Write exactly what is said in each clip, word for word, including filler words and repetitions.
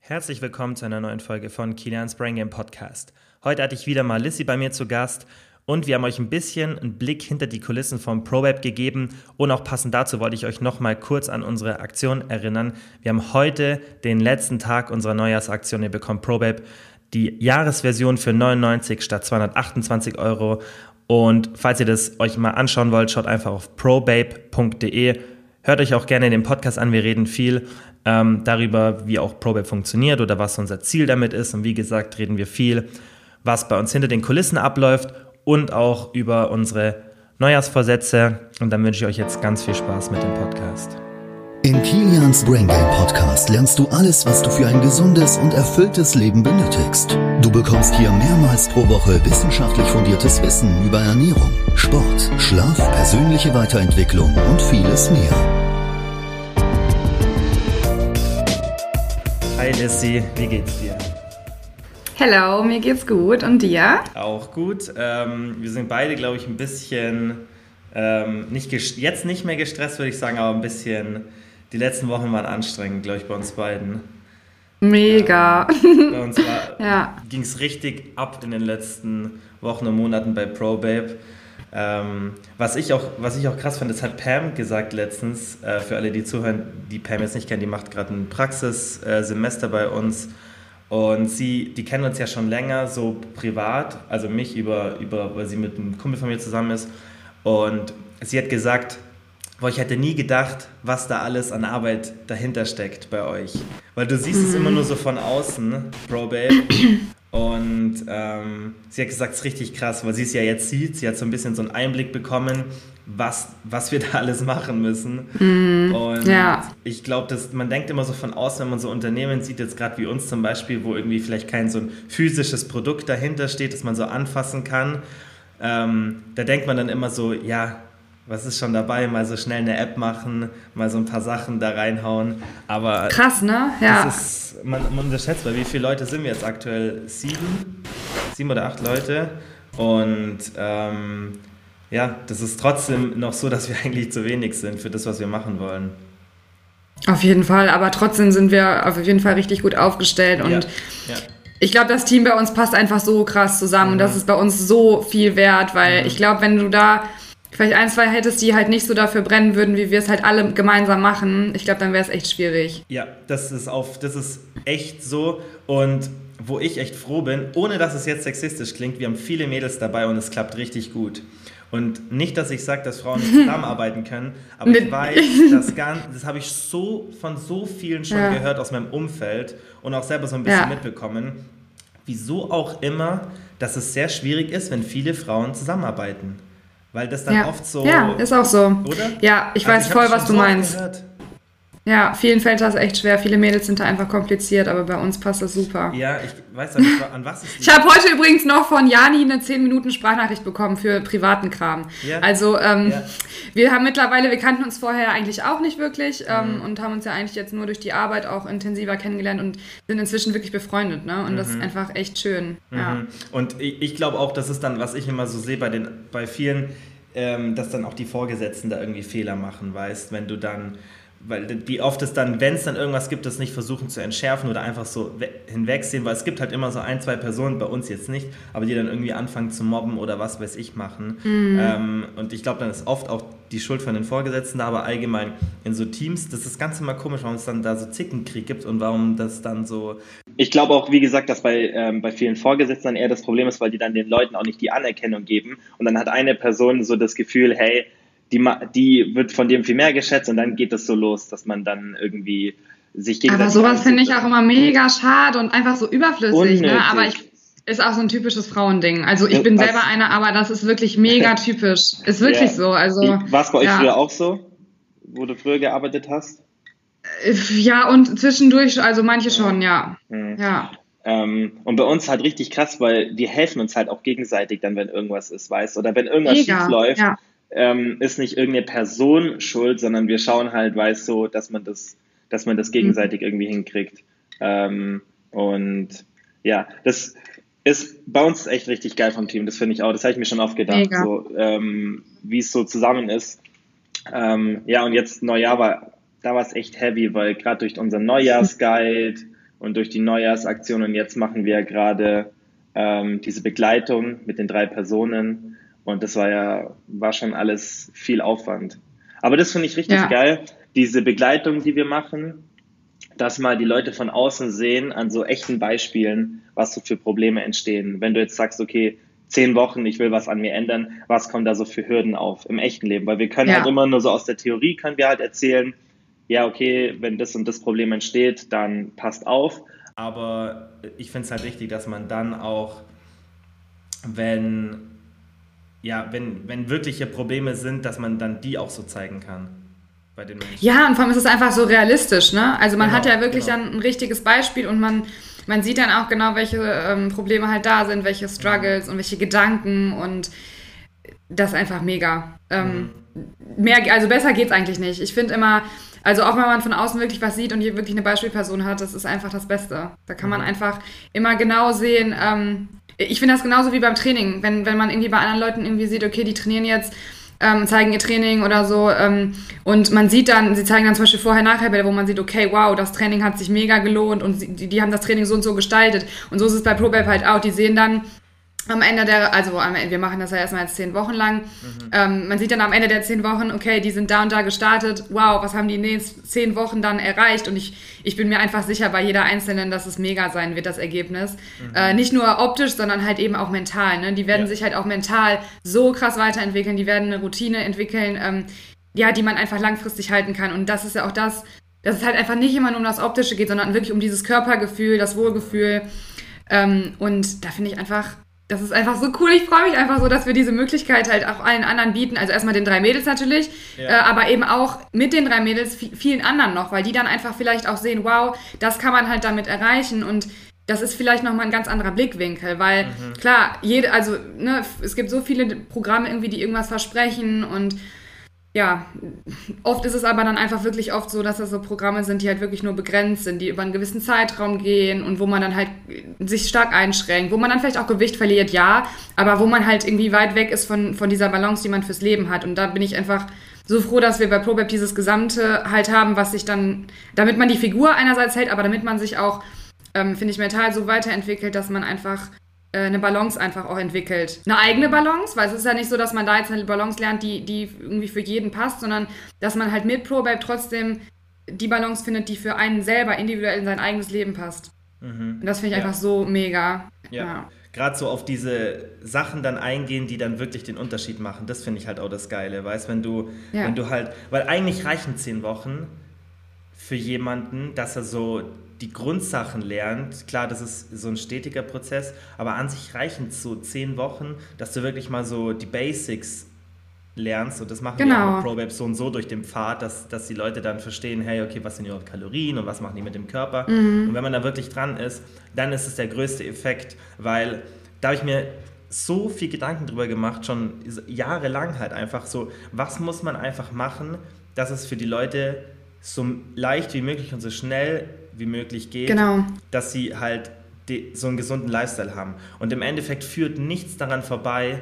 Herzlich willkommen zu einer neuen Folge von Kilians Brain Game Podcast. Heute hatte ich wieder mal Lissy bei mir zu Gast und wir haben euch ein bisschen einen Blick hinter die Kulissen von ProBabe gegeben und auch passend dazu wollte ich euch noch mal kurz an unsere Aktion erinnern. Wir haben heute den letzten Tag unserer Neujahrsaktion. Ihr bekommt ProBabe die Jahresversion für neunundneunzig statt zweihundertachtundzwanzig Euro und falls ihr das euch mal anschauen wollt, schaut einfach auf probabe punkt de. Hört euch auch gerne den Podcast an, wir reden viel ähm, darüber, wie auch ProBabe funktioniert oder was unser Ziel damit ist. Und wie gesagt, reden wir viel, was bei uns hinter den Kulissen abläuft und auch über unsere Neujahrsvorsätze. Und dann wünsche ich euch jetzt ganz viel Spaß mit dem Podcast. In Kilians Brain Game Podcast lernst du alles, was du für ein gesundes und erfülltes Leben benötigst. Du bekommst hier mehrmals pro Woche wissenschaftlich fundiertes Wissen über Ernährung, Sport, Schlaf, persönliche Weiterentwicklung und vieles mehr. Hi Lissy, wie geht's dir? Hello, mir geht's gut und dir? Auch gut. Ähm, wir sind beide, glaube ich, ein bisschen, ähm, nicht gest- jetzt nicht mehr gestresst, würde ich sagen, aber ein bisschen, die letzten Wochen waren anstrengend, glaube ich, bei uns beiden. Mega. Ähm, bei uns war, ja. ging es richtig ab in den letzten Wochen und Monaten bei ProBabe. Ähm, was ich auch, was ich auch krass fand, das hat Pam gesagt letztens, äh, für alle, die zuhören, die Pam jetzt nicht kennen, die macht gerade ein Praxissemester bei uns und sie, die kennen uns ja schon länger, so privat, also mich über, über, weil sie mit einem Kumpel von mir zusammen ist und sie hat gesagt, boah, ich hätte nie gedacht, was da alles an Arbeit dahinter steckt bei euch, weil du siehst mhm. es immer nur so von außen, ProBabe. Und ähm, sie hat gesagt, es ist richtig krass, weil sie es ja jetzt sieht. Sie hat so ein bisschen so einen Einblick bekommen, was, was wir da alles machen müssen. Mm, und ja. ich glaube, dass man denkt immer so von außen, wenn man so Unternehmen sieht, jetzt gerade wie uns zum Beispiel, wo irgendwie vielleicht kein so ein physisches Produkt dahinter steht, das man so anfassen kann. Ähm, da denkt man dann immer so, ja, was ist schon dabei? Mal so schnell eine App machen, mal so ein paar Sachen da reinhauen. Aber krass, ne? Ja. Das ist, man, man unterschätzt, weil wie viele Leute sind wir jetzt aktuell? Sieben? Sieben oder acht Leute. Und ähm, ja, das ist trotzdem noch so, dass wir eigentlich zu wenig sind für das, was wir machen wollen. Auf jeden Fall, aber trotzdem sind wir auf jeden Fall richtig gut aufgestellt. Und ja. Ja. ich glaube, das Team bei uns passt einfach so krass zusammen. Mhm. Und das ist bei uns so viel wert, weil mhm. ich glaube, wenn du da vielleicht ein, zwei hättest, die halt nicht so dafür brennen würden, wie wir es halt alle gemeinsam machen, ich glaube, dann wäre es echt schwierig. Ja, das ist, auf, das ist echt so und wo ich echt froh bin, ohne dass es jetzt sexistisch klingt, wir haben viele Mädels dabei und es klappt richtig gut. Und nicht, dass ich sage, dass Frauen nicht zusammenarbeiten können, aber ich weiß, das, das habe ich so von so vielen schon ja. gehört aus meinem Umfeld und auch selber so ein bisschen ja. mitbekommen, wieso auch immer, dass es sehr schwierig ist, wenn viele Frauen zusammenarbeiten. Weil das dann ja. oft so... Ja, ist auch so. Oder? Ja, ich also weiß ich voll, was du so meinst. Gehört. Ja, vielen fällt das echt schwer. Viele Mädels sind da einfach kompliziert, aber bei uns passt das super. Ja, ich weiß ja nicht, an was es liegt. Ich habe heute übrigens noch von Jani eine zehn Minuten Sprachnachricht bekommen für privaten Kram. Ja. Also ähm, ja. wir haben mittlerweile, wir kannten uns vorher eigentlich auch nicht wirklich ähm, mhm. und haben uns ja eigentlich jetzt nur durch die Arbeit auch intensiver kennengelernt und sind inzwischen wirklich befreundet. Ne? Und mhm. das ist einfach echt schön. Mhm. Ja. Und ich, ich glaube auch, das ist dann, was ich immer so sehe bei, den, bei vielen... dass dann auch die Vorgesetzten da irgendwie Fehler machen, weißt, wenn du dann, weil wie oft es dann, wenn es dann irgendwas gibt, das nicht versuchen zu entschärfen oder einfach so we- hinwegsehen, weil es gibt halt immer so ein, zwei Personen, bei uns jetzt nicht, aber die dann irgendwie anfangen zu mobben oder was weiß ich machen. Mhm. Ähm, und ich glaube, dann ist oft auch die Schuld von den Vorgesetzten da, aber allgemein in so Teams, das ist ganz immer komisch, warum es dann da so Zickenkrieg gibt und warum das dann so... Ich glaube auch, wie gesagt, dass bei, ähm, bei vielen Vorgesetzten dann eher das Problem ist, weil die dann den Leuten auch nicht die Anerkennung geben und dann hat eine Person so das Gefühl, hey, die, die wird von dem viel mehr geschätzt und dann geht das so los, dass man dann irgendwie sich gegenseitig... Aber sowas finde ich auch immer mega schade und einfach so überflüssig, ne? Aber ich... Ist auch so ein typisches Frauending. Also ich bin Was? selber eine, aber das ist wirklich mega typisch. Ist wirklich ja. so. Also, war es bei euch ja. früher auch so, wo du früher gearbeitet hast? Ja, und zwischendurch, also manche schon, ja. Mhm. ja. Ähm, und bei uns halt richtig krass, weil wir helfen uns halt auch gegenseitig dann, wenn irgendwas ist, weißt oder wenn irgendwas mega. schief läuft, ja. ähm, ist nicht irgendeine Person schuld, sondern wir schauen halt, weißt so, dass man das, dass man das gegenseitig mhm. irgendwie hinkriegt. Ähm, und ja, das ist bei uns echt richtig geil vom Team, das finde ich auch, das habe ich mir schon oft gedacht, so, ähm, wie es so zusammen ist. Ähm, ja, und jetzt Neujahr war, da war es echt heavy, weil gerade durch unseren Neujahrsguide und durch die Neujahrsaktion. Und jetzt machen wir gerade ähm, diese Begleitung mit den drei Personen. Und das war ja, war schon alles viel Aufwand. Aber das finde ich richtig ja. geil, diese Begleitung, die wir machen, dass mal die Leute von außen sehen an so echten Beispielen, was so für Probleme entstehen. Wenn du jetzt sagst, okay, zehn Wochen, ich will was an mir ändern, was kommt da so für Hürden auf im echten Leben? Weil wir können ja. halt immer nur so aus der Theorie, können wir halt erzählen, ja, okay, wenn das und das Problem entsteht, dann passt auf. Aber ich finde es halt wichtig, dass man dann auch, wenn, ja, wenn, wenn wirkliche Probleme sind, dass man dann die auch so zeigen kann. Bei den Menschen. Ja, und vor allem ist es einfach so realistisch, ne? Also man genau, hat ja wirklich genau. dann ein richtiges Beispiel und man, man sieht dann auch genau, welche ähm, Probleme halt da sind, welche Struggles mhm. und welche Gedanken und das ist einfach mega. Ähm, mhm. mehr, also besser geht's eigentlich nicht. Ich finde immer, also auch wenn man von außen wirklich was sieht und hier wirklich eine Beispielperson hat, das ist einfach das Beste. Da kann mhm. man einfach immer genau sehen, ähm, ich finde das genauso wie beim Training, wenn, wenn man irgendwie bei anderen Leuten irgendwie sieht, okay, die trainieren jetzt, Ähm, zeigen ihr Training oder so ähm, und man sieht dann, sie zeigen dann zum Beispiel Vorher-Nachher-Bilder, wo man sieht, okay, wow, das Training hat sich mega gelohnt und sie, die, die haben das Training so und so gestaltet und so ist es bei ProBabe halt auch, die sehen dann am Ende der, also am Ende, wir machen das ja erstmal jetzt zehn Wochen lang, mhm. ähm, man sieht dann am Ende der zehn Wochen, okay, die sind da und da gestartet, wow, was haben die nächsten zehn Wochen dann erreicht und ich, ich bin mir einfach sicher bei jeder Einzelnen, dass es mega sein wird, das Ergebnis. Mhm. Äh, nicht nur optisch, sondern halt eben auch mental, ne? Die werden ja. sich halt auch mental so krass weiterentwickeln, die werden eine Routine entwickeln, ähm, ja, die man einfach langfristig halten kann und das ist ja auch das, dass es halt einfach nicht immer nur um das Optische geht, sondern wirklich um dieses Körpergefühl, das Wohlgefühl ähm, und da finde ich einfach, das ist einfach so cool. Ich freue mich einfach so, dass wir diese Möglichkeit halt auch allen anderen bieten. Also erstmal den drei Mädels natürlich, ja. äh, aber eben auch mit den drei Mädels v- vielen anderen noch, weil die dann einfach vielleicht auch sehen, wow, das kann man halt damit erreichen und das ist vielleicht nochmal ein ganz anderer Blickwinkel, weil mhm. klar, jede, also ne, es gibt so viele Programme irgendwie, die irgendwas versprechen und ja, oft ist es aber dann einfach wirklich oft so, dass das so Programme sind, die halt wirklich nur begrenzt sind, die über einen gewissen Zeitraum gehen und wo man dann halt sich stark einschränkt, wo man dann vielleicht auch Gewicht verliert, ja, aber wo man halt irgendwie weit weg ist von, von dieser Balance, die man fürs Leben hat. Und da bin ich einfach so froh, dass wir bei ProBabe dieses Gesamte halt haben, was sich dann, damit man die Figur einerseits hält, aber damit man sich auch, ähm, finde ich, mental so weiterentwickelt, dass man einfach eine Balance einfach auch entwickelt. Eine eigene Balance, weil es ist ja nicht so, dass man da jetzt eine Balance lernt, die, die irgendwie für jeden passt, sondern dass man halt mit ProBabe trotzdem die Balance findet, die für einen selber individuell in sein eigenes Leben passt. Mhm. Und das finde ich ja. einfach so mega. Ja. ja. Gerade so auf diese Sachen dann eingehen, die dann wirklich den Unterschied machen, das finde ich halt auch das Geile, weißt, wenn du, ja. wenn du halt, weil eigentlich reichen zehn Wochen für jemanden, dass er so die Grundsachen lernt. Klar, das ist so ein stetiger Prozess, aber an sich reichen so zehn Wochen, dass du wirklich mal so die Basics lernst und das machen genau. wir auch mit ProBabe so und so durch den Pfad, dass, dass die Leute dann verstehen, hey, okay, was sind überhaupt Kalorien und was machen die mit dem Körper? Mhm. Und wenn man da wirklich dran ist, dann ist es der größte Effekt, weil da habe ich mir so viel Gedanken drüber gemacht, schon jahrelang halt einfach so, was muss man einfach machen, dass es für die Leute so leicht wie möglich und so schnell wie möglich geht, genau. dass sie halt die, so einen gesunden Lifestyle haben. Und im Endeffekt führt nichts daran vorbei,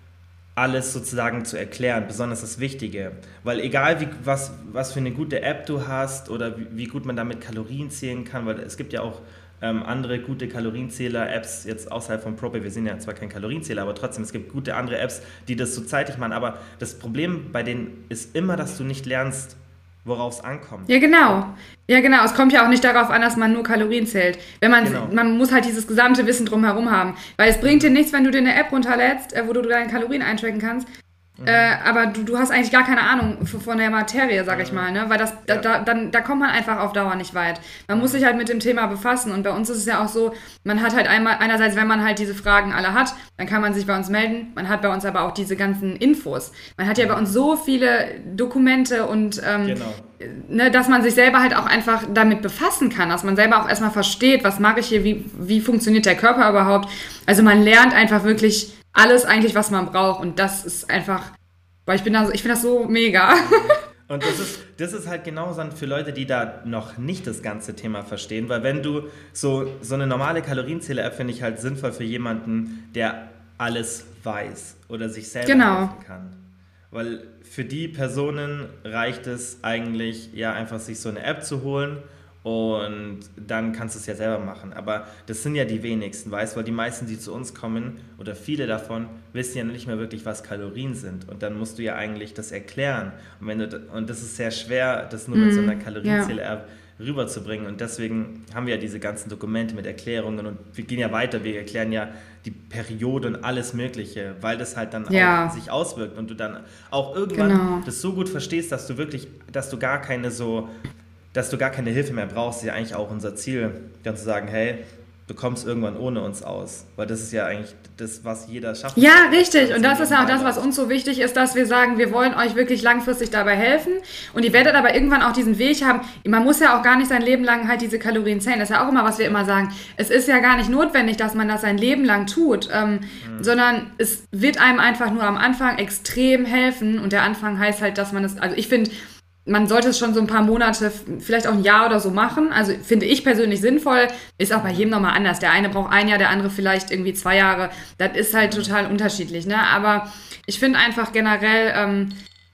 alles sozusagen zu erklären, besonders das Wichtige. Weil egal, wie, was, was für eine gute App du hast oder wie, wie gut man damit Kalorien zählen kann, weil es gibt ja auch ähm, andere gute Kalorienzähler-Apps, jetzt außerhalb von ProBabe, wir sind ja zwar kein Kalorienzähler, aber trotzdem, es gibt gute andere Apps, die das so zeitig machen. Aber das Problem bei denen ist immer, dass du nicht lernst, worauf es ankommt. Ja, genau. Ja, genau. Es kommt ja auch nicht darauf an, dass man nur Kalorien zählt. Wenn man, genau. man muss halt dieses gesamte Wissen drumherum haben. Weil es bringt dir nichts, wenn du dir eine App runterlädst, wo du deine Kalorien eintracken kannst. Mhm. Äh, aber du, du hast eigentlich gar keine Ahnung von der Materie, sag mhm. ich mal, ne? Weil das, da, da, dann, da kommt man einfach auf Dauer nicht weit. Man muss sich halt mit dem Thema befassen und bei uns ist es ja auch so, man hat halt einmal, einerseits, wenn man halt diese Fragen alle hat, dann kann man sich bei uns melden, man hat bei uns aber auch diese ganzen Infos. Man hat ja bei uns so viele Dokumente und ähm, genau. ne, dass man sich selber halt auch einfach damit befassen kann, dass man selber auch erstmal versteht, was mache ich hier, wie, wie funktioniert der Körper überhaupt. Also man lernt einfach wirklich alles eigentlich, was man braucht und das ist einfach, weil ich bin da, ich finde das so mega. Und das ist, das ist halt genau dann für Leute, die da noch nicht das ganze Thema verstehen, weil wenn du so, so eine normale Kalorienzähler-App finde ich halt sinnvoll für jemanden, der alles weiß oder sich selber genau. helfen kann. Weil für die Personen reicht es eigentlich, ja, einfach sich so eine App zu holen und dann kannst du es ja selber machen. Aber das sind ja die wenigsten, weißt du, weil die meisten, die zu uns kommen, oder viele davon, wissen ja nicht mehr wirklich, was Kalorien sind. Und dann musst du ja eigentlich das erklären. Und, wenn du, und das ist sehr schwer, das nur mm, mit so einer Kalorienzähler ja. rüberzubringen. Und deswegen haben wir ja diese ganzen Dokumente mit Erklärungen. Und wir gehen ja weiter, wir erklären ja die Periode und alles Mögliche, weil das halt dann ja. auch sich auswirkt. Und du dann auch irgendwann genau. das so gut verstehst, dass du wirklich, dass du gar keine so... dass du gar keine Hilfe mehr brauchst, ist ja eigentlich auch unser Ziel, dann zu sagen, hey, du kommst irgendwann ohne uns aus. Weil das ist ja eigentlich das, was jeder schafft. Ja, richtig. Und das ist ja auch das, was uns so wichtig ist, dass wir sagen, wir wollen euch wirklich langfristig dabei helfen. Und ihr werdet aber irgendwann auch diesen Weg haben. Man muss ja auch gar nicht sein Leben lang halt diese Kalorien zählen. Das ist ja auch immer, was wir immer sagen. Es ist ja gar nicht notwendig, dass man das sein Leben lang tut, ähm, mhm. sondern es wird einem einfach nur am Anfang extrem helfen. Und der Anfang heißt halt, dass man es, also ich finde, man sollte es schon so ein paar Monate, vielleicht auch ein Jahr oder so machen. Also finde ich persönlich sinnvoll. Ist auch bei jedem nochmal anders. Der eine braucht ein Jahr, der andere vielleicht irgendwie zwei Jahre. Das ist halt total unterschiedlich, ne? Aber ich finde einfach generell, ähm,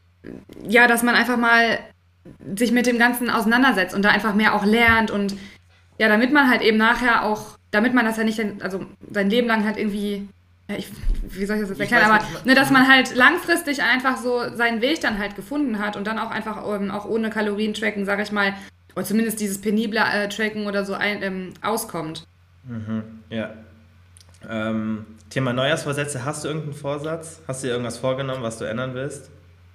ja, dass man einfach mal sich mit dem Ganzen auseinandersetzt und da einfach mehr auch lernt. Und ja, damit man halt eben nachher auch, damit man das ja nicht, also sein Leben lang halt irgendwie... Ja, ich, wie soll ich das jetzt erklären, aber ne, dass man halt langfristig einfach so seinen Weg dann halt gefunden hat und dann auch einfach ähm, auch ohne Kalorien-Tracken, sag ich mal, oder zumindest dieses penible äh, Tracken oder so ein, ähm, auskommt. Mhm, ja. Ähm, Thema Neujahrsvorsätze, hast du irgendeinen Vorsatz? Hast du dir irgendwas vorgenommen, was du ändern willst?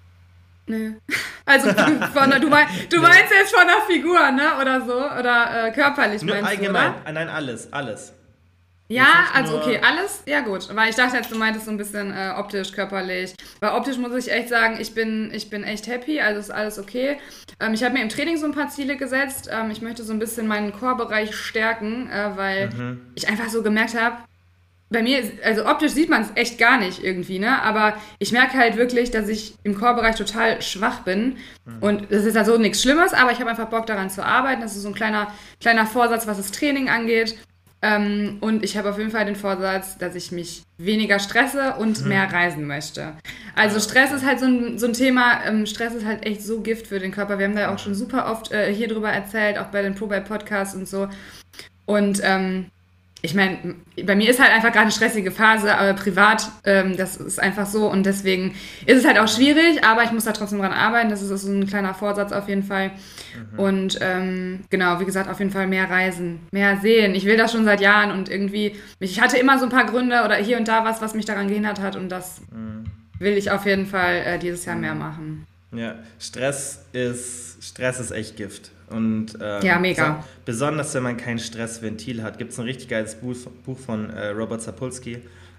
Nö. Also von, du, mein, du meinst jetzt von der Figur, ne? Oder so? Oder äh, körperlich Nur meinst allgemein. du, oder? Nein, alles, alles. Ja, also okay, alles, ja gut. Weil ich dachte jetzt, du meintest so ein bisschen äh, optisch, körperlich. Weil optisch muss ich echt sagen, ich bin, ich bin echt happy, also ist alles okay. Ähm, ich habe mir im Training so ein paar Ziele gesetzt. Ähm, ich möchte so ein bisschen meinen Core-Bereich stärken, äh, weil mhm. ich einfach so gemerkt habe, bei mir, also optisch sieht man es echt gar nicht irgendwie, ne? Aber ich merke halt wirklich, dass ich im Core-Bereich total schwach bin. Mhm. Und das ist also nichts Schlimmes, aber ich habe einfach Bock daran zu arbeiten. Das ist so ein kleiner, kleiner Vorsatz, was das Training angeht. Ähm, und ich habe auf jeden Fall den Vorsatz, dass ich mich weniger stresse und mhm. mehr reisen möchte. Also Stress ist halt so ein, so ein Thema, ähm, Stress ist halt echt so Gift für den Körper. Wir haben da ja auch schon super oft äh, hier drüber erzählt, auch bei den ProBab-Podcasts und so. Und ähm, ich meine, bei mir ist halt einfach gerade eine stressige Phase, aber privat, ähm, das ist einfach so und deswegen ist es halt auch schwierig, aber ich muss da trotzdem dran arbeiten, das ist so ein kleiner Vorsatz auf jeden Fall. Mhm. Und ähm, genau, wie gesagt, auf jeden Fall mehr reisen, mehr sehen. Ich will das schon seit Jahren und irgendwie, ich hatte immer so ein paar Gründe oder hier und da was, was mich daran gehindert hat und das mhm. will ich auf jeden Fall äh, dieses Jahr mehr machen. Ja, Stress ist, Stress ist echt Gift. Und, ähm, ja, mega. So, besonders wenn man kein Stressventil hat. Gibt es ein richtig geiles Buch, Buch von äh, Robert Sapolsky,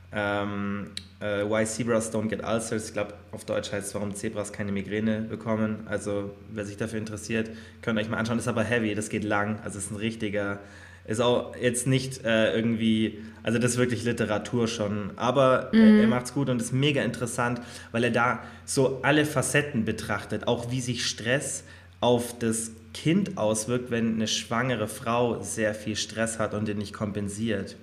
ähm, äh, Why Zebras Don't Get Ulcers. Ich glaube, auf Deutsch heißt es, warum Zebras keine Migräne bekommen. Also, wer sich dafür interessiert, könnt ihr euch mal anschauen. Ist aber heavy, das geht lang. Also, es ist ein richtiger, ist auch jetzt nicht äh, irgendwie, also das ist wirklich Literatur schon. Aber mhm. äh, er macht es gut und ist mega interessant, weil er da so alle Facetten betrachtet. Auch wie sich Stress auf das Kind auswirkt, wenn eine schwangere Frau sehr viel Stress hat und den nicht kompensiert.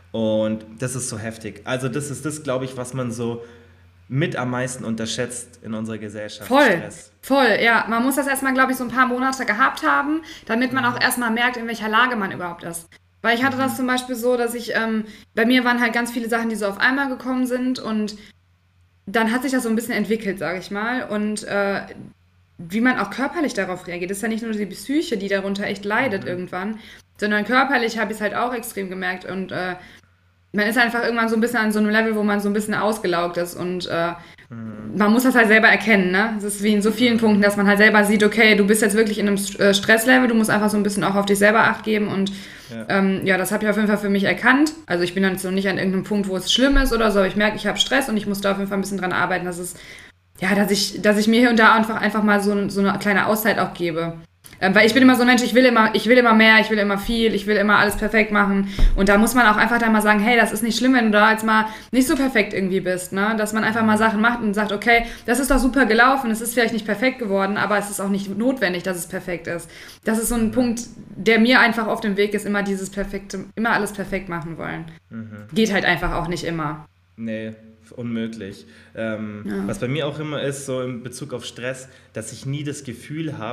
Und das ist so heftig. Also das ist das, glaube ich, was man so mit am meisten unterschätzt in unserer Gesellschaft. Voll, Stress. voll, ja. Man muss das erstmal, glaube ich, so ein paar Monate gehabt haben, damit man auch erstmal merkt, in welcher Lage man überhaupt ist. Weil ich hatte das zum Beispiel so, dass ich, ähm, bei mir waren halt ganz viele Sachen, die so auf einmal gekommen sind und dann hat sich das so ein bisschen entwickelt, sage ich mal. Und äh, wie man auch körperlich darauf reagiert. Das ist ja nicht nur die Psyche, die darunter echt leidet mhm. irgendwann, sondern körperlich habe ich es halt auch extrem gemerkt und äh, man ist einfach irgendwann so ein bisschen an so einem Level, wo man so ein bisschen ausgelaugt ist und äh, mhm. man muss das halt selber erkennen, ne? Es ist wie in so vielen Punkten, dass man halt selber sieht, okay, du bist jetzt wirklich in einem Stresslevel, du musst einfach so ein bisschen auch auf dich selber Acht geben und ja, ähm, ja das habe ich auf jeden Fall für mich erkannt. Also ich bin dann jetzt noch nicht an irgendeinem Punkt, wo es schlimm ist oder so, aber ich merke, ich habe Stress und ich muss da auf jeden Fall ein bisschen dran arbeiten, dass es ja, dass ich, dass ich mir hier und da einfach, einfach mal so, so eine kleine Auszeit auch gebe. Ähm, weil ich bin immer so ein Mensch, ich will immer, ich will immer mehr, ich will immer viel, ich will immer alles perfekt machen. Und da muss man auch einfach dann mal sagen, hey, das ist nicht schlimm, wenn du da jetzt mal nicht so perfekt irgendwie bist, ne? Dass man einfach mal Sachen macht und sagt, okay, das ist doch super gelaufen, es ist vielleicht nicht perfekt geworden, aber es ist auch nicht notwendig, dass es perfekt ist. Das ist so ein Punkt, der mir einfach auf dem Weg ist, immer dieses perfekte, immer alles perfekt machen wollen. Mhm. Geht halt einfach auch nicht immer. Nee. Unmöglich. Ähm, ja. Was bei mir auch immer ist, so in Bezug auf Stress, dass ich nie das Gefühl habe,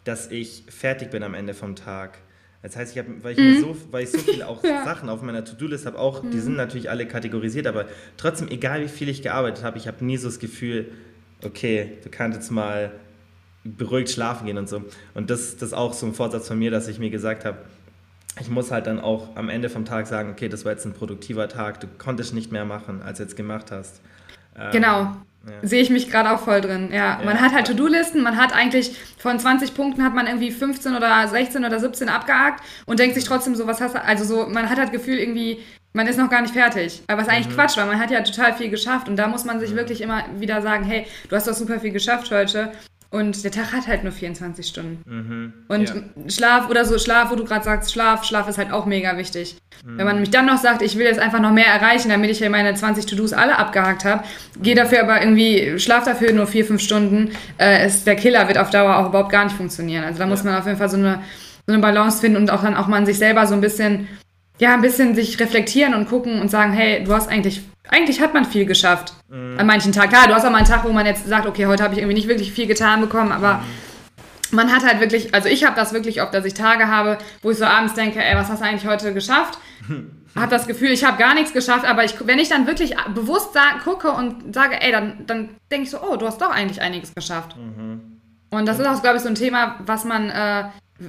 dass ich fertig bin am Ende vom Tag. Das heißt, ich habe, weil ich mhm. mir so, weil ich so viele auch ja. Sachen auf meiner To-Do-List habe, auch, mhm. die sind natürlich alle kategorisiert, aber trotzdem, egal wie viel ich gearbeitet habe, ich habe nie so das Gefühl, okay, du kannst jetzt mal beruhigt schlafen gehen und so. Und das, das ist auch so ein Vorsatz von mir, dass ich mir gesagt habe, ich muss halt dann auch am Ende vom Tag sagen, okay, das war jetzt ein produktiver Tag, du konntest nicht mehr machen, als du jetzt gemacht hast. Ähm, genau. Ja. Sehe ich mich gerade auch voll drin. Ja, ja, man hat halt To-Do-Listen, man hat eigentlich von zwanzig Punkten hat man irgendwie fünfzehn oder sechzehn oder siebzehn abgehakt und denkt sich trotzdem so, was hast du, also so, man hat halt das Gefühl irgendwie, man ist noch gar nicht fertig. Aber was eigentlich mhm. Quatsch, weil man hat ja total viel geschafft und da muss man sich wirklich immer wieder sagen, hey, du hast doch super viel geschafft heute. Und der Tag hat halt nur vierundzwanzig Stunden. Mhm, und ja. Schlaf oder so, Schlaf, wo du gerade sagst, Schlaf, Schlaf ist halt auch mega wichtig. Mhm. Wenn man nämlich dann noch sagt, ich will jetzt einfach noch mehr erreichen, damit ich ja meine zwanzig To-Dos alle abgehakt habe, gehe dafür aber irgendwie, schlaf dafür nur vier, fünf Stunden, äh, ist, der Killer wird auf Dauer auch überhaupt gar nicht funktionieren. Also da ja. muss man auf jeden Fall so eine, so eine Balance finden und auch dann auch man sich selber so ein bisschen, ja, ein bisschen sich reflektieren und gucken und sagen, hey, du hast eigentlich, eigentlich hat man viel geschafft. Mhm. An manchen Tagen. Klar, du hast auch mal einen Tag, wo man jetzt sagt, okay, heute habe ich irgendwie nicht wirklich viel getan bekommen, aber mhm. man hat halt wirklich, also ich habe das wirklich oft, dass ich Tage habe, wo ich so abends denke, ey, was hast du eigentlich heute geschafft? Habe das Gefühl, ich habe gar nichts geschafft, aber ich, wenn ich dann wirklich bewusst da, gucke und sage, ey, dann, dann denke ich so, oh, du hast doch eigentlich einiges geschafft. Mhm. Und das ist auch, glaube ich, so ein Thema, was man, äh,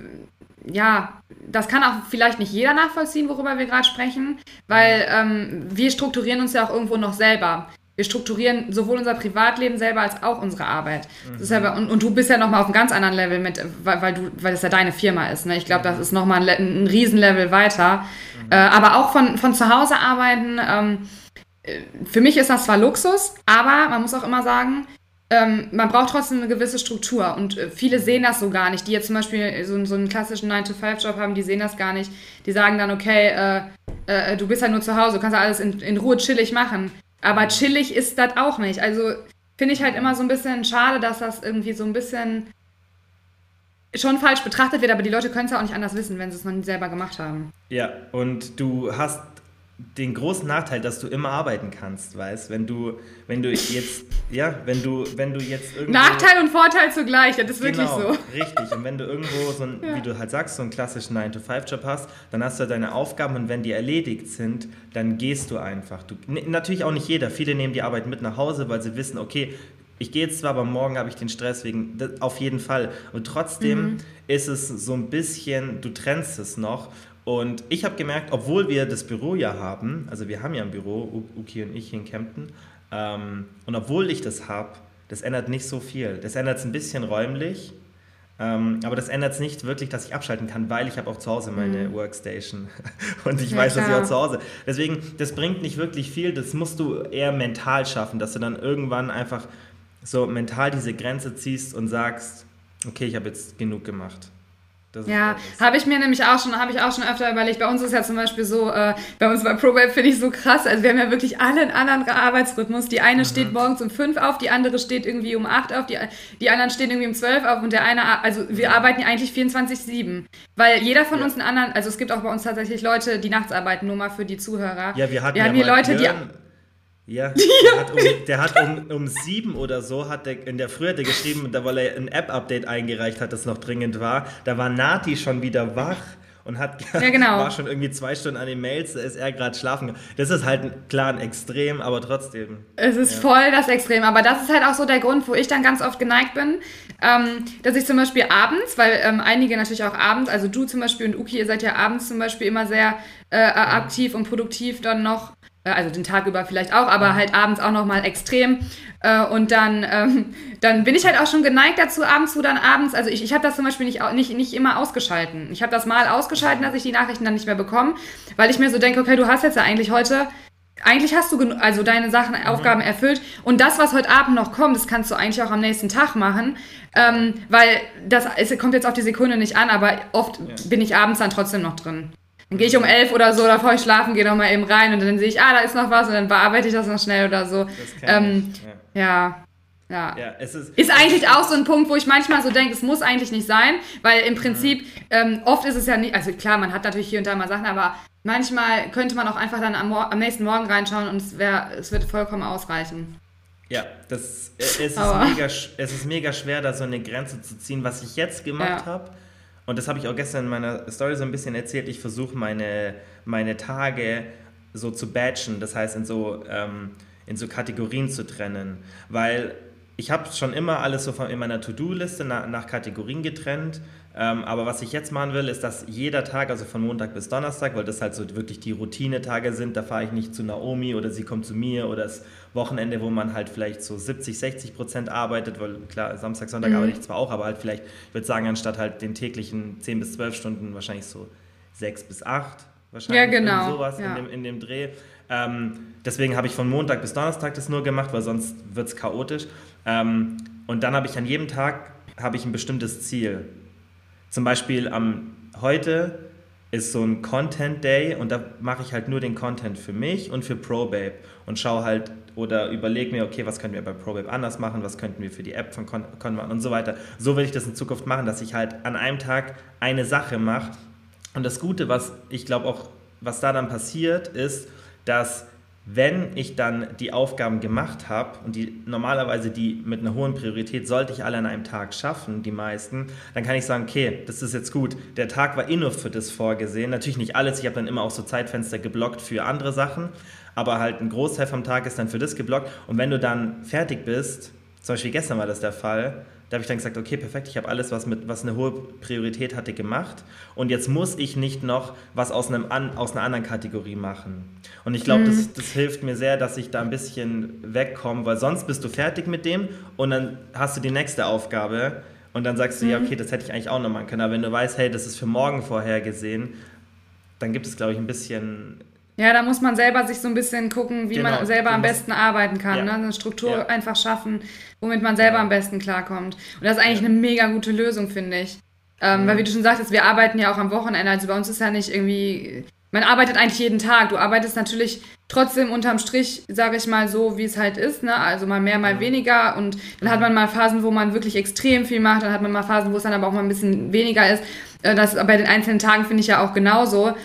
ja, das kann auch vielleicht nicht jeder nachvollziehen, worüber wir gerade sprechen, weil ähm, wir strukturieren uns ja auch irgendwo noch selber. Wir strukturieren sowohl unser Privatleben selber als auch unsere Arbeit. Mhm. Das ist ja, und, und du bist ja nochmal auf einem ganz anderen Level mit, weil, weil du, weil das ja deine Firma ist. Ne? Ich glaube, das ist nochmal ein, ein Riesenlevel weiter. Mhm. Äh, aber auch von, von zu Hause arbeiten, ähm, für mich ist das zwar Luxus, aber man muss auch immer sagen, ähm, man braucht trotzdem eine gewisse Struktur. Und äh, viele sehen das so gar nicht. Die jetzt zum Beispiel so, so einen klassischen nine to five Job haben, die sehen das gar nicht. Die sagen dann, okay, äh, äh, du bist ja nur zu Hause, du kannst ja alles in, in Ruhe chillig machen. Aber chillig ist das auch nicht. Also finde ich halt immer so ein bisschen schade, dass das irgendwie so ein bisschen schon falsch betrachtet wird, aber die Leute können es ja auch nicht anders wissen, wenn sie es noch nie selber gemacht haben. Ja, und du hast den großen Nachteil, dass du immer arbeiten kannst, weißt, wenn du, wenn du jetzt, ja, wenn du, wenn du jetzt irgendwo... Nachteil und Vorteil zugleich, das ist genau, wirklich so. Richtig, und wenn du irgendwo so ein, ja. wie du halt sagst, so einen klassischen nine to five Job hast, dann hast du deine Aufgaben und wenn die erledigt sind, dann gehst du einfach. Du, natürlich auch nicht jeder, viele nehmen die Arbeit mit nach Hause, weil sie wissen, okay, ich gehe jetzt zwar, aber morgen habe ich den Stress wegen, das, auf jeden Fall. Und trotzdem mhm. ist es so ein bisschen, du trennst es noch. Und ich habe gemerkt, obwohl wir das Büro ja haben, also wir haben ja ein Büro, Uki und ich hier in Kempten, ähm, und obwohl ich das habe, das ändert nicht so viel. Das ändert es ein bisschen räumlich, ähm, aber das ändert es nicht wirklich, dass ich abschalten kann, weil ich habe auch zu Hause meine mhm. Workstation und ich ja, weiß, klar. dass ich auch zu Hause. Deswegen, das bringt nicht wirklich viel, das musst du eher mental schaffen, dass du dann irgendwann einfach so mental diese Grenze ziehst und sagst, okay, ich habe jetzt genug gemacht. Das ja, habe ich mir nämlich auch schon, habe ich auch schon öfter überlegt. Bei uns ist ja zum Beispiel so, äh, bei uns bei ProBabe finde ich so krass, also wir haben ja wirklich alle einen anderen Arbeitsrhythmus. Die eine mhm. steht morgens um fünf auf, die andere steht irgendwie um acht auf, die, die anderen stehen irgendwie um zwölf auf und der eine, also wir arbeiten ja eigentlich vierundzwanzig sieben. Weil jeder von ja. uns einen anderen, also es gibt auch bei uns tatsächlich Leute, die nachts arbeiten, nur mal für die Zuhörer. Ja, wir hatten wir ja haben hier Leute, Björn. die... Ja, der hat, um, der hat um, um sieben oder so, hat der in der Früh hat er geschrieben, da weil er ein App-Update eingereicht hat, das noch dringend war, da war Nati schon wieder wach und hat ja, genau. war schon irgendwie zwei Stunden an den Mails, da ist er gerade schlafen. Das ist halt ein, klar ein Extrem, aber trotzdem. Es ist ja. voll das Extrem, aber das ist halt auch so der Grund, wo ich dann ganz oft geneigt bin, ähm, dass ich zum Beispiel abends, weil ähm, einige natürlich auch abends, also du zum Beispiel und Uki, ihr seid ja abends zum Beispiel immer sehr äh, aktiv und produktiv dann noch, also den Tag über vielleicht auch, aber halt abends auch nochmal extrem. Und dann, ähm, dann bin ich halt auch schon geneigt dazu, abends, wo dann abends, also ich, ich habe das zum Beispiel nicht, nicht, nicht immer ausgeschalten. Ich habe das mal ausgeschalten, dass ich die Nachrichten dann nicht mehr bekomme, weil ich mir so denke, okay, du hast jetzt ja eigentlich heute, eigentlich hast du genu- also deine Sachen, mhm. Aufgaben erfüllt und das, was heute Abend noch kommt, das kannst du eigentlich auch am nächsten Tag machen, ähm, weil das es kommt jetzt auf die Sekunde nicht an, aber oft ja. bin ich abends dann trotzdem noch drin. Dann gehe ich um elf oder so, bevor ich schlafen gehe, nochmal eben rein und dann sehe ich, ah, da ist noch was und dann bearbeite ich das noch schnell oder so. Das ähm, ja. ja. Ja, ja es ist, ist eigentlich auch so ein Punkt, wo ich manchmal so denke, es muss eigentlich nicht sein, weil im Prinzip, mhm. ähm, oft ist es ja nicht, also klar, man hat natürlich hier und da mal Sachen, aber manchmal könnte man auch einfach dann am, am nächsten Morgen reinschauen und es, wär, es wird vollkommen ausreichen. Ja, das, es, ist mega, es ist mega schwer, da so eine Grenze zu ziehen. Was ich jetzt gemacht ja. habe, und das habe ich auch gestern in meiner Story so ein bisschen erzählt, ich versuche meine, meine Tage so zu batchen, das heißt in so, ähm, in so Kategorien zu trennen, weil ich habe schon immer alles so von, in meiner To-Do-Liste nach, nach Kategorien getrennt, ähm, aber was ich jetzt machen will, ist, dass jeder Tag, also von Montag bis Donnerstag, weil das halt so wirklich die Routine-Tage sind, da fahre ich nicht zu Naomi oder sie kommt zu mir oder das Wochenende, wo man halt vielleicht so siebzig, sechzig Prozent arbeitet, weil klar, Samstag, Sonntag mhm. arbeite ich zwar auch, aber halt vielleicht, ich würde sagen, anstatt halt den täglichen zehn bis zwölf Stunden wahrscheinlich so sechs bis acht wahrscheinlich, ja, genau. sowas ja. in, dem, in dem Dreh. Ähm, deswegen habe ich von Montag bis Donnerstag das nur gemacht, weil sonst wird es chaotisch. Ähm, und dann habe ich an jedem Tag habe ich ein bestimmtes Ziel. Zum Beispiel am heute ist so ein Content Day und da mache ich halt nur den Content für mich und für ProBabe und schaue halt oder überlege mir, okay, was können wir bei ProBabe anders machen, was könnten wir für die App von Con machen und so weiter. So will ich das in Zukunft machen, dass ich halt an einem Tag eine Sache mache. Und das Gute, was ich glaube auch, was da dann passiert, ist, dass wenn ich dann die Aufgaben gemacht habe und die normalerweise die mit einer hohen Priorität sollte ich alle an einem Tag schaffen, die meisten, dann kann ich sagen, okay, das ist jetzt gut. Der Tag war eh nur für das vorgesehen. Natürlich nicht alles, ich habe dann immer auch so Zeitfenster geblockt für andere Sachen, aber halt ein Großteil vom Tag ist dann für das geblockt. Und wenn du dann fertig bist, zum Beispiel gestern war das der Fall, da habe ich dann gesagt, okay, perfekt, ich habe alles, was, mit, was eine hohe Priorität hatte, gemacht und jetzt muss ich nicht noch was aus, einem an, aus einer anderen Kategorie machen. Und ich glaube, mhm. das, das hilft mir sehr, dass ich da ein bisschen wegkomme, weil sonst bist du fertig mit dem und dann hast du die nächste Aufgabe und dann sagst du, mhm. ja, okay, das hätte ich eigentlich auch noch machen können. Aber wenn du weißt, hey, das ist für morgen vorhergesehen, dann gibt es, glaube ich, ein bisschen... Ja, da muss man selber sich so ein bisschen gucken, wie genau. man selber am besten arbeiten kann. Ja. Ne? Eine Struktur ja. einfach schaffen, womit man selber ja. am besten klarkommt. Und das ist eigentlich ja. eine mega gute Lösung, finde ich. Ähm, mhm. Weil wie du schon sagtest, wir arbeiten ja auch am Wochenende. Also bei uns ist ja nicht irgendwie... Man arbeitet eigentlich jeden Tag. Du arbeitest natürlich trotzdem unterm Strich, sage ich mal, so, wie es halt ist. Ne? Also mal mehr, mal weniger. Und dann hat man mal Phasen, wo man wirklich extrem viel macht. Dann hat man mal Phasen, wo es dann aber auch mal ein bisschen weniger ist. Das bei den einzelnen Tagen finde ich ja auch genauso.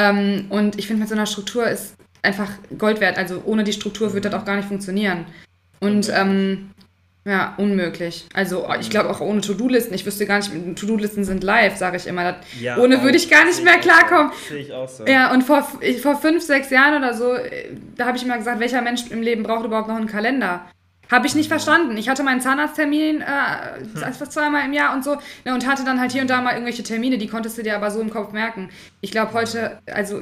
Und ich finde, mit so einer Struktur ist einfach Gold wert. Also ohne die Struktur wird das auch gar nicht funktionieren. Und ähm, ja, unmöglich. Also ich glaube auch ohne To-Do-Listen. Ich wüsste gar nicht, To-Do-Listen sind live, sage ich immer. Das, ja, ohne würde ich gar nicht mehr klarkommen. Sehe ich auch so. Ja, und vor, ich, vor fünf, sechs Jahren oder so, da habe ich immer gesagt, welcher Mensch im Leben braucht überhaupt noch einen Kalender? Habe ich nicht verstanden. Ich hatte meinen Zahnarzttermin äh, hm. zweimal im Jahr und so ne, und hatte dann halt hier und da mal irgendwelche Termine, die konntest du dir aber so im Kopf merken. Ich glaube heute, also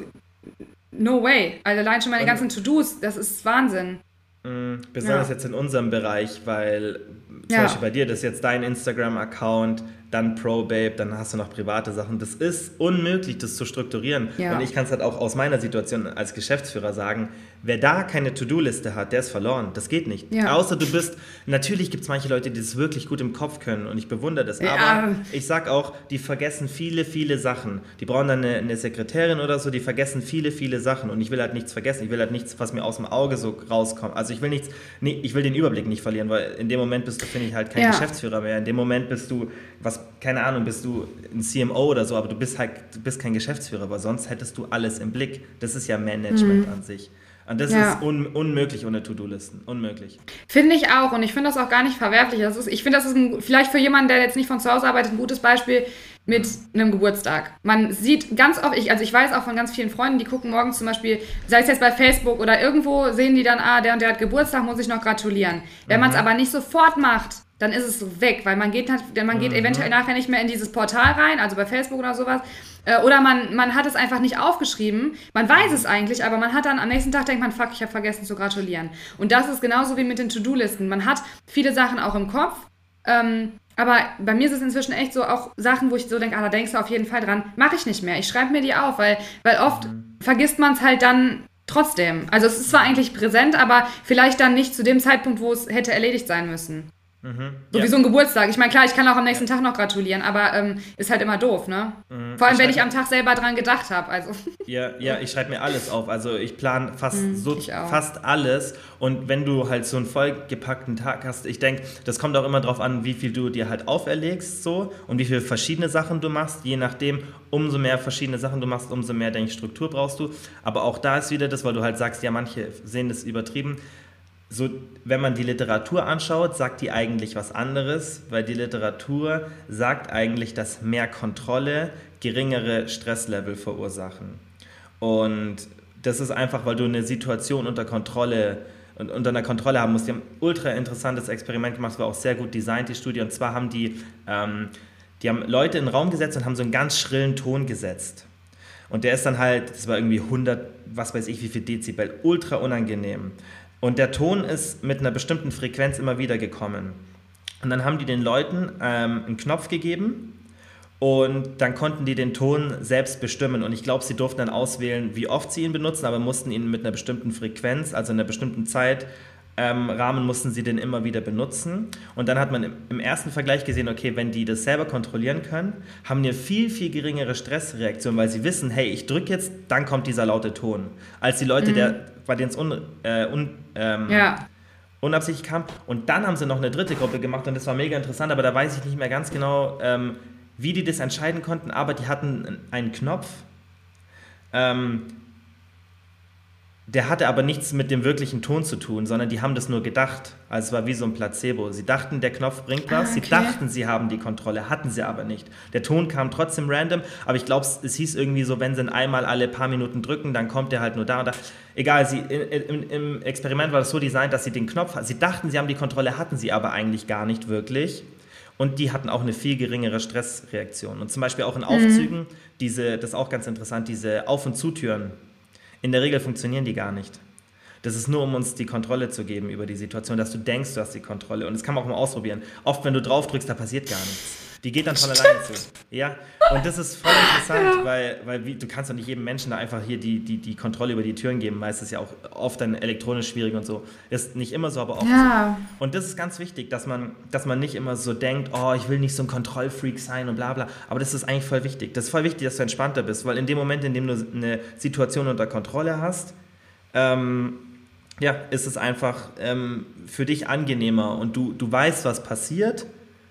no way. Also allein schon meine und ganzen To-Dos, das ist Wahnsinn. Mh, besonders ja. jetzt in unserem Bereich, weil zum ja. Beispiel bei dir, das ist jetzt dein Instagram-Account, dann ProBabe, dann hast du noch private Sachen. Das ist unmöglich, das zu strukturieren. Ja. Und ich kann es halt auch aus meiner Situation als Geschäftsführer sagen, wer da keine To-Do-Liste hat, der ist verloren. Das geht nicht. Ja. Außer du bist, natürlich gibt es manche Leute, die das wirklich gut im Kopf können und ich bewundere das. Ja. Aber ich sag auch, die vergessen viele, viele Sachen. Die brauchen dann eine, eine Sekretärin oder so, die vergessen viele, viele Sachen und ich will halt nichts vergessen. Ich will halt nichts, was mir aus dem Auge so rauskommt. Also ich will nichts, nee, ich will den Überblick nicht verlieren, weil in dem Moment bist du, finde ich, halt kein ja. Geschäftsführer mehr. In dem Moment bist du, was, keine Ahnung, bist du ein C M O oder so, aber du bist halt, du bist kein Geschäftsführer, weil sonst hättest du alles im Blick. Das ist ja Management mhm. an sich. Und das ja. ist un- unmöglich ohne To-Do-Listen. Unmöglich. Finde ich auch. Und ich finde das auch gar nicht verwerflich. Das ist, ich finde, das ist ein, vielleicht für jemanden, der jetzt nicht von zu Hause arbeitet, ein gutes Beispiel mit einem Geburtstag. Man sieht ganz oft, ich, also ich weiß auch von ganz vielen Freunden, die gucken morgens zum Beispiel, sei es jetzt bei Facebook oder irgendwo, sehen die dann, ah, der und der hat Geburtstag, muss ich noch gratulieren. Wenn mhm. man es aber nicht sofort macht, dann ist es so weg, weil man geht, man geht mhm. eventuell nachher nicht mehr in dieses Portal rein, also bei Facebook oder sowas, oder man, man hat es einfach nicht aufgeschrieben, man weiß es eigentlich, aber man hat dann am nächsten Tag, denkt man, fuck, ich habe vergessen zu gratulieren. Und das ist genauso wie mit den To-Do-Listen. Man hat viele Sachen auch im Kopf, ähm, aber bei mir ist es inzwischen echt so auch Sachen, wo ich so denke, ah, da denkst du auf jeden Fall dran, mache ich nicht mehr, ich schreibe mir die auf, weil, weil oft mhm. vergisst man es halt dann trotzdem. Also es ist zwar eigentlich präsent, aber vielleicht dann nicht zu dem Zeitpunkt, wo es hätte erledigt sein müssen. Mhm. So ja. wie so ein Geburtstag. Ich meine, klar, ich kann auch am nächsten ja. Tag noch gratulieren, aber ähm, ist halt immer doof, ne? Mhm. Vor allem, ich wenn ich am Tag selber dran gedacht habe. Also. Ja, ja, ich schreibe mir alles auf. Also ich plane fast, mhm, so, fast alles. Und wenn du halt so einen vollgepackten Tag hast, ich denke, das kommt auch immer drauf an, wie viel du dir halt auferlegst so und wie viele verschiedene Sachen du machst. Je nachdem, umso mehr verschiedene Sachen du machst, umso mehr, denke ich, Struktur brauchst du. Aber auch da ist wieder das, weil du halt sagst, ja, manche sehen das übertrieben. so, wenn man die Literatur anschaut, sagt die eigentlich was anderes, weil die Literatur sagt eigentlich, dass mehr Kontrolle geringere Stresslevel verursachen. Und das ist einfach, weil du eine Situation unter Kontrolle und unter einer Kontrolle haben musst. Die haben ein ultra interessantes Experiment gemacht, das war auch sehr gut designt, die Studie. Und zwar haben die, ähm, die haben Leute in den Raum gesetzt und haben so einen ganz schrillen Ton gesetzt. Und der ist dann halt, das war irgendwie hundert, was weiß ich, wie viel Dezibel, ultra unangenehm. Und der Ton ist mit einer bestimmten Frequenz immer wieder gekommen. Und dann haben die den Leuten ähm, einen Knopf gegeben und dann konnten die den Ton selbst bestimmen. Und ich glaube, sie durften dann auswählen, wie oft sie ihn benutzen, aber mussten ihn mit einer bestimmten Frequenz, also in einer bestimmten Zeit, Ähm, Rahmen mussten sie den immer wieder benutzen. Und dann hat man im, im ersten Vergleich gesehen, okay, wenn die das selber kontrollieren können, haben die eine viel, viel geringere Stressreaktion, weil sie wissen, hey, ich drücke jetzt, dann kommt dieser laute Ton. Als die Leute, mhm. der, bei denen es un, äh, un, ähm, ja. unabsichtlich kam. Und dann haben sie noch eine dritte Gruppe gemacht und das war mega interessant, aber da weiß ich nicht mehr ganz genau, ähm, wie die das entscheiden konnten, aber die hatten einen Knopf, ähm, der hatte aber nichts mit dem wirklichen Ton zu tun, sondern die haben das nur gedacht. Also es war wie so ein Placebo. Sie dachten, der Knopf bringt was. Ah, okay. Sie dachten, sie haben die Kontrolle, hatten sie aber nicht. Der Ton kam trotzdem random, aber ich glaube, es hieß irgendwie so, wenn sie ihn einmal alle paar Minuten drücken, dann kommt der halt nur da und da. Egal, sie, im, im Experiment war das so designt, dass sie den Knopf, sie dachten, sie haben die Kontrolle, hatten sie aber eigentlich gar nicht wirklich. Und die hatten auch eine viel geringere Stressreaktion. Und zum Beispiel auch in Aufzügen, mhm. diese, das ist auch ganz interessant, diese Auf- und Zutüren. In der Regel funktionieren die gar nicht. Das ist nur, um uns die Kontrolle zu geben über die Situation, dass du denkst, du hast die Kontrolle. Und das kann man auch mal ausprobieren. Oft, wenn du drauf drückst, da passiert gar nichts. Die geht dann von alleine zu. Ja, und das ist voll interessant, ja. weil, weil wie, du kannst doch nicht jedem Menschen da einfach hier die, die, die Kontrolle über die Türen geben. Meistens ja auch oft dann elektronisch schwierig und so. Ist nicht immer so, aber oft ja. so. Und das ist ganz wichtig, dass man, dass man nicht immer so denkt, oh, ich will nicht so ein Kontrollfreak sein und bla bla. Aber das ist eigentlich voll wichtig. Das ist voll wichtig, dass du entspannter bist, weil in dem Moment, in dem du eine Situation unter Kontrolle hast, ähm, ja, ist es einfach ähm, für dich angenehmer und du, du weißt, was passiert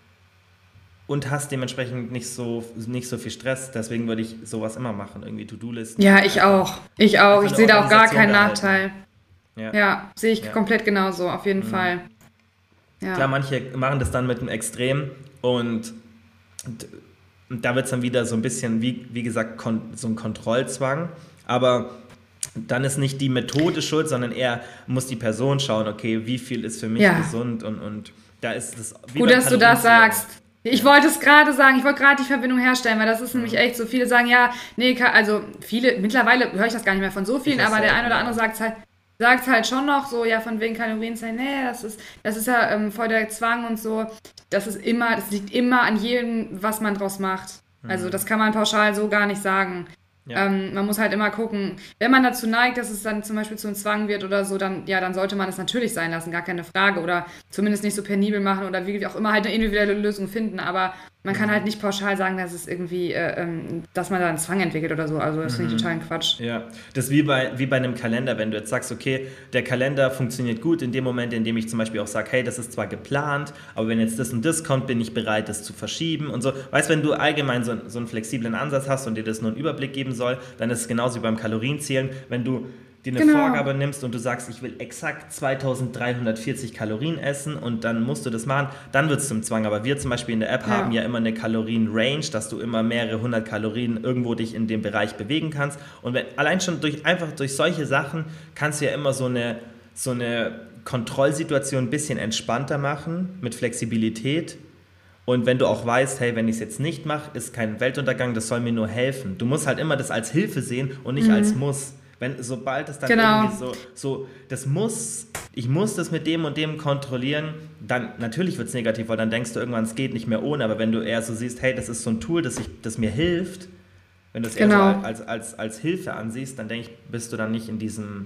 und hast dementsprechend nicht so, nicht so viel Stress. Deswegen würde ich sowas immer machen, irgendwie To-Do-Listen. Ja, ich auch. Ich auch. Ich sehe da auch gar keinen Nachteil. Ja, ja sehe ich ja. komplett genauso, auf jeden mhm. Fall. Ja. Klar, manche machen das dann mit einem Extrem und, und, und da wird es dann wieder so ein bisschen, wie, wie gesagt, kon- so ein Kontrollzwang. Aber dann ist nicht die Methode schuld, sondern eher muss die Person schauen, okay, wie viel ist für mich ja. gesund und, und da ist das... Wie Gut, dass du das sagst. Ich wollte es gerade sagen, ich wollte gerade die Verbindung herstellen, weil das ist nämlich echt so, viele sagen, ja, nee, also viele, mittlerweile höre ich das gar nicht mehr von so vielen, aber der ein oder andere sagt halt, sagt halt schon noch so, ja, von wegen Kalorienzellen, nee, das ist, das ist ja ähm, voll der Zwang und so, das ist immer, das liegt immer an jedem, was man draus macht. Also das kann man pauschal so gar nicht sagen. Ja. Ähm, man muss halt immer gucken, wenn man dazu neigt, dass es dann zum Beispiel zu einem Zwang wird oder so, dann, ja, dann sollte man es natürlich sein lassen, gar keine Frage. Oder zumindest nicht so penibel machen oder wie auch immer halt eine individuelle Lösung finden. Aber man kann halt nicht pauschal sagen, dass es irgendwie, äh, ähm, dass man da einen Zwang entwickelt oder so. Also das mhm. finde ich total Quatsch. Ja, das ist wie bei, wie bei einem Kalender, wenn du jetzt sagst, okay, der Kalender funktioniert gut in dem Moment, in dem ich zum Beispiel auch sage, hey, das ist zwar geplant, aber wenn jetzt das und das kommt, bin ich bereit, das zu verschieben und so. Weißt du, wenn du allgemein so, so einen flexiblen Ansatz hast und dir das nur einen Überblick geben soll, dann ist es genauso wie beim Kalorienzählen. Wenn du dir eine genau. Vorgabe nimmst und du sagst, ich will exakt zweitausenddreihundertvierzig Kalorien essen und dann musst du das machen, dann wird es zum Zwang. Aber wir zum Beispiel in der App ja. haben ja immer eine Kalorien-Range, dass du immer mehrere hundert Kalorien irgendwo dich in dem Bereich bewegen kannst. Und wenn, allein schon durch, einfach durch solche Sachen kannst du ja immer so eine, so eine Kontrollsituation ein bisschen entspannter machen, mit Flexibilität. Und wenn du auch weißt, hey, wenn ich es jetzt nicht mache, ist kein Weltuntergang, das soll mir nur helfen. Du musst halt immer das als Hilfe sehen und nicht mhm. als Muss. Wenn, sobald es dann genau. irgendwie so, so, das muss, ich muss das mit dem und dem kontrollieren, dann natürlich wird es negativ, weil dann denkst du irgendwann, es geht nicht mehr ohne, aber wenn du eher so siehst, hey, das ist so ein Tool, das, ich, das mir hilft, wenn du es genau. eher so als, als, als Hilfe ansiehst, dann denke ich, bist du dann nicht in diesem,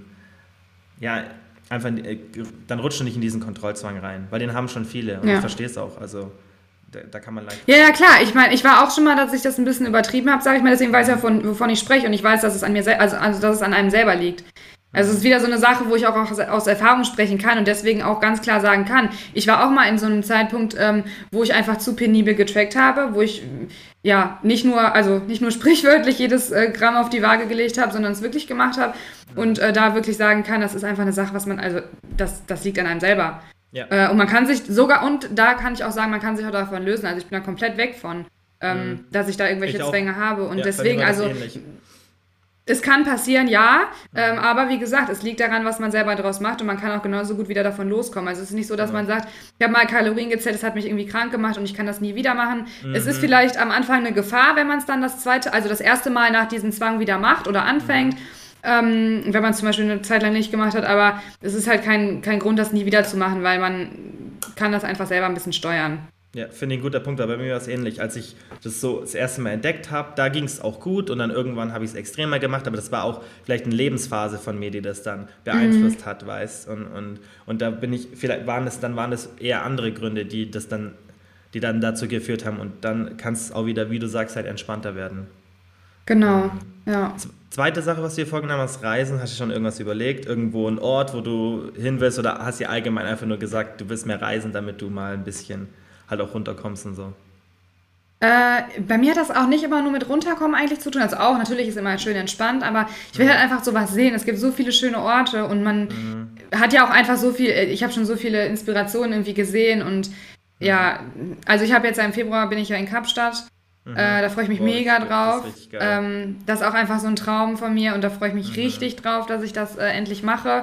ja, einfach, dann rutschst du nicht in diesen Kontrollzwang rein, weil den haben schon viele und ja. ich verstehe es auch, also Da, da kann man leicht... Ja, ja, klar. Ich meine, ich war auch schon mal, dass ich das ein bisschen übertrieben habe, sage ich mal. Deswegen weiß ich ja, von, wovon ich spreche. Und ich weiß, dass es an mir, se- also, also dass es an einem selber liegt. Also es ist wieder so eine Sache, wo ich auch aus, aus Erfahrung sprechen kann und deswegen auch ganz klar sagen kann, ich war auch mal in so einem Zeitpunkt, ähm, wo ich einfach zu penibel getrackt habe, wo ich ja nicht nur, also nicht nur sprichwörtlich jedes äh, Gramm auf die Waage gelegt habe, sondern es wirklich gemacht habe und äh, da wirklich sagen kann, das ist einfach eine Sache, was man, also das, das liegt an einem selber. Ja. Äh, und man kann sich sogar, und da kann ich auch sagen, man kann sich auch davon lösen, also ich bin da komplett weg von, ähm, mhm. dass ich da irgendwelche ich Zwänge habe und ja, deswegen, also ähnlich. Es kann passieren, ja, ähm, aber wie gesagt, es liegt daran, was man selber daraus macht und man kann auch genauso gut wieder davon loskommen. Also es ist nicht so, dass man sagt, ich habe mal Kalorien gezählt, es hat mich irgendwie krank gemacht und ich kann das nie wieder machen. Mhm. Es ist vielleicht am Anfang eine Gefahr, wenn man es dann das zweite, also das erste Mal nach diesem Zwang wieder macht oder anfängt, mhm. ähm, wenn man es zum Beispiel eine Zeit lang nicht gemacht hat, aber es ist halt kein, kein Grund, das nie wieder zu machen, weil man kann das einfach selber ein bisschen steuern. Ja, finde ich ein guter Punkt, aber bei mir war es ähnlich. Als ich das so das erste Mal entdeckt habe, da ging es auch gut und dann irgendwann habe ich es extremer gemacht, aber das war auch vielleicht eine Lebensphase von mir, die das dann beeinflusst mhm. hat, weißt und, und, und da bin ich, vielleicht waren es, dann waren es eher andere Gründe, die das dann, die dann dazu geführt haben und dann kann es auch wieder, wie du sagst, halt entspannter werden. Genau, ja. Zweite Sache, was du dir vorgenommen hast, Reisen, hast du schon irgendwas überlegt? Irgendwo ein Ort, wo du hin willst oder hast du allgemein einfach nur gesagt, du willst mehr reisen, damit du mal ein bisschen halt auch runterkommst und so? Äh, bei mir hat das auch nicht immer nur mit runterkommen eigentlich zu tun. Also auch, natürlich ist immer schön entspannt, aber ich will mhm. halt einfach sowas sehen. Es gibt so viele schöne Orte und man mhm. hat ja auch einfach so viel, ich habe schon so viele Inspirationen irgendwie gesehen und mhm. ja, also ich habe jetzt im Februar bin ich ja in Kapstadt. Mhm. Äh, da freue ich mich oh, mega drauf. Das ist, ähm, das ist auch einfach so ein Traum von mir und da freue ich mich mhm. richtig drauf, dass ich das äh, endlich mache.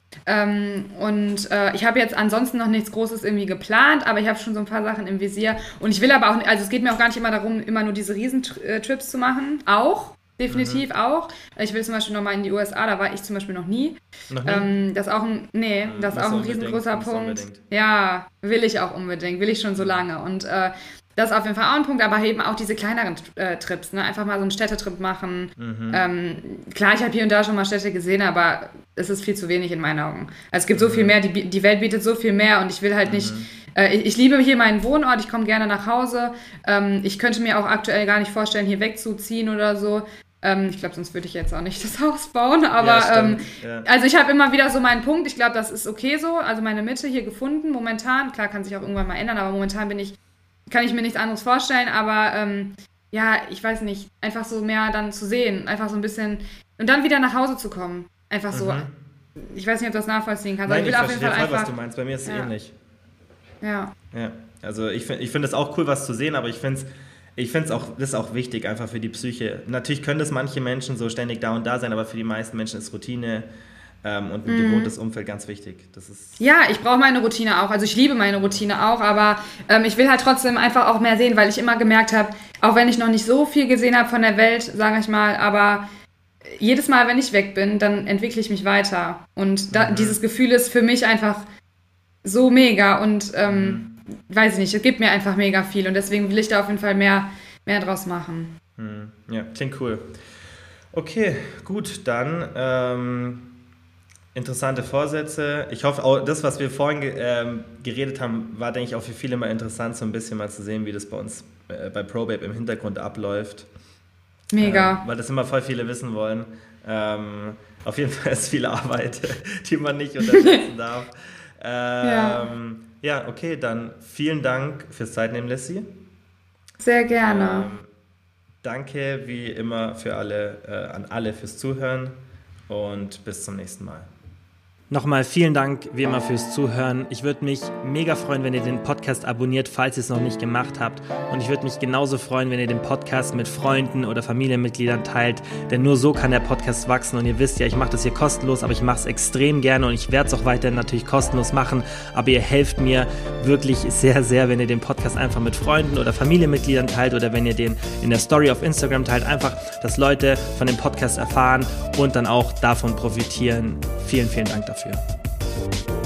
Ähm, und äh, ich habe jetzt ansonsten noch nichts Großes irgendwie geplant, aber ich habe schon so ein paar Sachen im Visier und ich will aber auch, also es geht mir auch gar nicht immer darum, immer nur diese Riesentrips zu machen, auch, definitiv mhm. auch. Ich will zum Beispiel nochmal in die U S A, da war ich zum Beispiel noch nie. Noch nie? Ähm, das ist auch ein, nee, das ist auch ein riesengroßer Punkt. Ja, will ich auch unbedingt, will ich schon so lange und äh, das ist auf jeden Fall auch ein Punkt, aber eben auch diese kleineren äh, Trips, ne? Einfach mal so einen Städtetrip machen. Mhm. Ähm, klar, ich habe hier und da schon mal Städte gesehen, aber es ist viel zu wenig in meinen Augen. Also es gibt mhm. so viel mehr, die, die Welt bietet so viel mehr und ich will halt mhm. nicht, äh, ich, ich liebe hier meinen Wohnort, ich komme gerne nach Hause. Ähm, ich könnte mir auch aktuell gar nicht vorstellen, hier wegzuziehen oder so. Ähm, ich glaube, sonst würde ich jetzt auch nicht das Haus bauen, aber ja, ähm, ja. also ich habe immer wieder so meinen Punkt, ich glaube, das ist okay so, also meine Mitte hier gefunden, momentan, klar kann sich auch irgendwann mal ändern, aber momentan bin ich kann ich mir nichts anderes vorstellen, aber ähm, ja, ich weiß nicht, einfach so mehr dann zu sehen, einfach so ein bisschen und dann wieder nach Hause zu kommen. Einfach so, mhm. ich weiß nicht, ob du das nachvollziehen kannst. Nein, ich will ich auf jeden Fall voll, einfach, was du meinst, bei mir ist es ja. ähnlich. Ja. Ja, also ich finde ich find es auch cool, was zu sehen, aber ich finde es ich find's auch, das ist auch wichtig, einfach für die Psyche. Natürlich können das manche Menschen so ständig da und da sein, aber für die meisten Menschen ist Routine Ähm, und ein mhm. gewohntes Umfeld ganz wichtig. Das ist ja, ich brauche meine Routine auch. Also ich liebe meine Routine auch, aber ähm, ich will halt trotzdem einfach auch mehr sehen, weil ich immer gemerkt habe, auch wenn ich noch nicht so viel gesehen habe von der Welt, sage ich mal, aber jedes Mal, wenn ich weg bin, dann entwickle ich mich weiter. Und da, mhm. dieses Gefühl ist für mich einfach so mega und ähm, mhm. weiß ich nicht, es gibt mir einfach mega viel und deswegen will ich da auf jeden Fall mehr, mehr draus machen. Mhm. Ja, klingt cool. Okay, gut, dann ähm interessante Vorsätze. Ich hoffe, auch das, was wir vorhin ge- ähm, geredet haben, war, denke ich, auch für viele mal interessant, so ein bisschen mal zu sehen, wie das bei uns äh, bei ProBabe im Hintergrund abläuft. Mega. Äh, weil das immer voll viele wissen wollen. Ähm, auf jeden Fall ist viel Arbeit, die man nicht unterschätzen darf. Ähm, ja. ja, okay, dann vielen Dank fürs Zeitnehmen, Lissy. Sehr gerne. Ähm, danke, wie immer, für alle, äh, an alle fürs Zuhören und bis zum nächsten Mal. Nochmal vielen Dank, wie immer, fürs Zuhören. Ich würde mich mega freuen, wenn ihr den Podcast abonniert, falls ihr es noch nicht gemacht habt. Und ich würde mich genauso freuen, wenn ihr den Podcast mit Freunden oder Familienmitgliedern teilt. Denn nur so kann der Podcast wachsen. Und ihr wisst ja, ich mache das hier kostenlos, aber ich mache es extrem gerne. Und ich werde es auch weiterhin natürlich kostenlos machen. Aber ihr helft mir wirklich sehr, sehr, wenn ihr den Podcast einfach mit Freunden oder Familienmitgliedern teilt. Oder wenn ihr den in der Story auf Instagram teilt. Einfach, dass Leute von dem Podcast erfahren und dann auch davon profitieren. Vielen, vielen Dank dafür.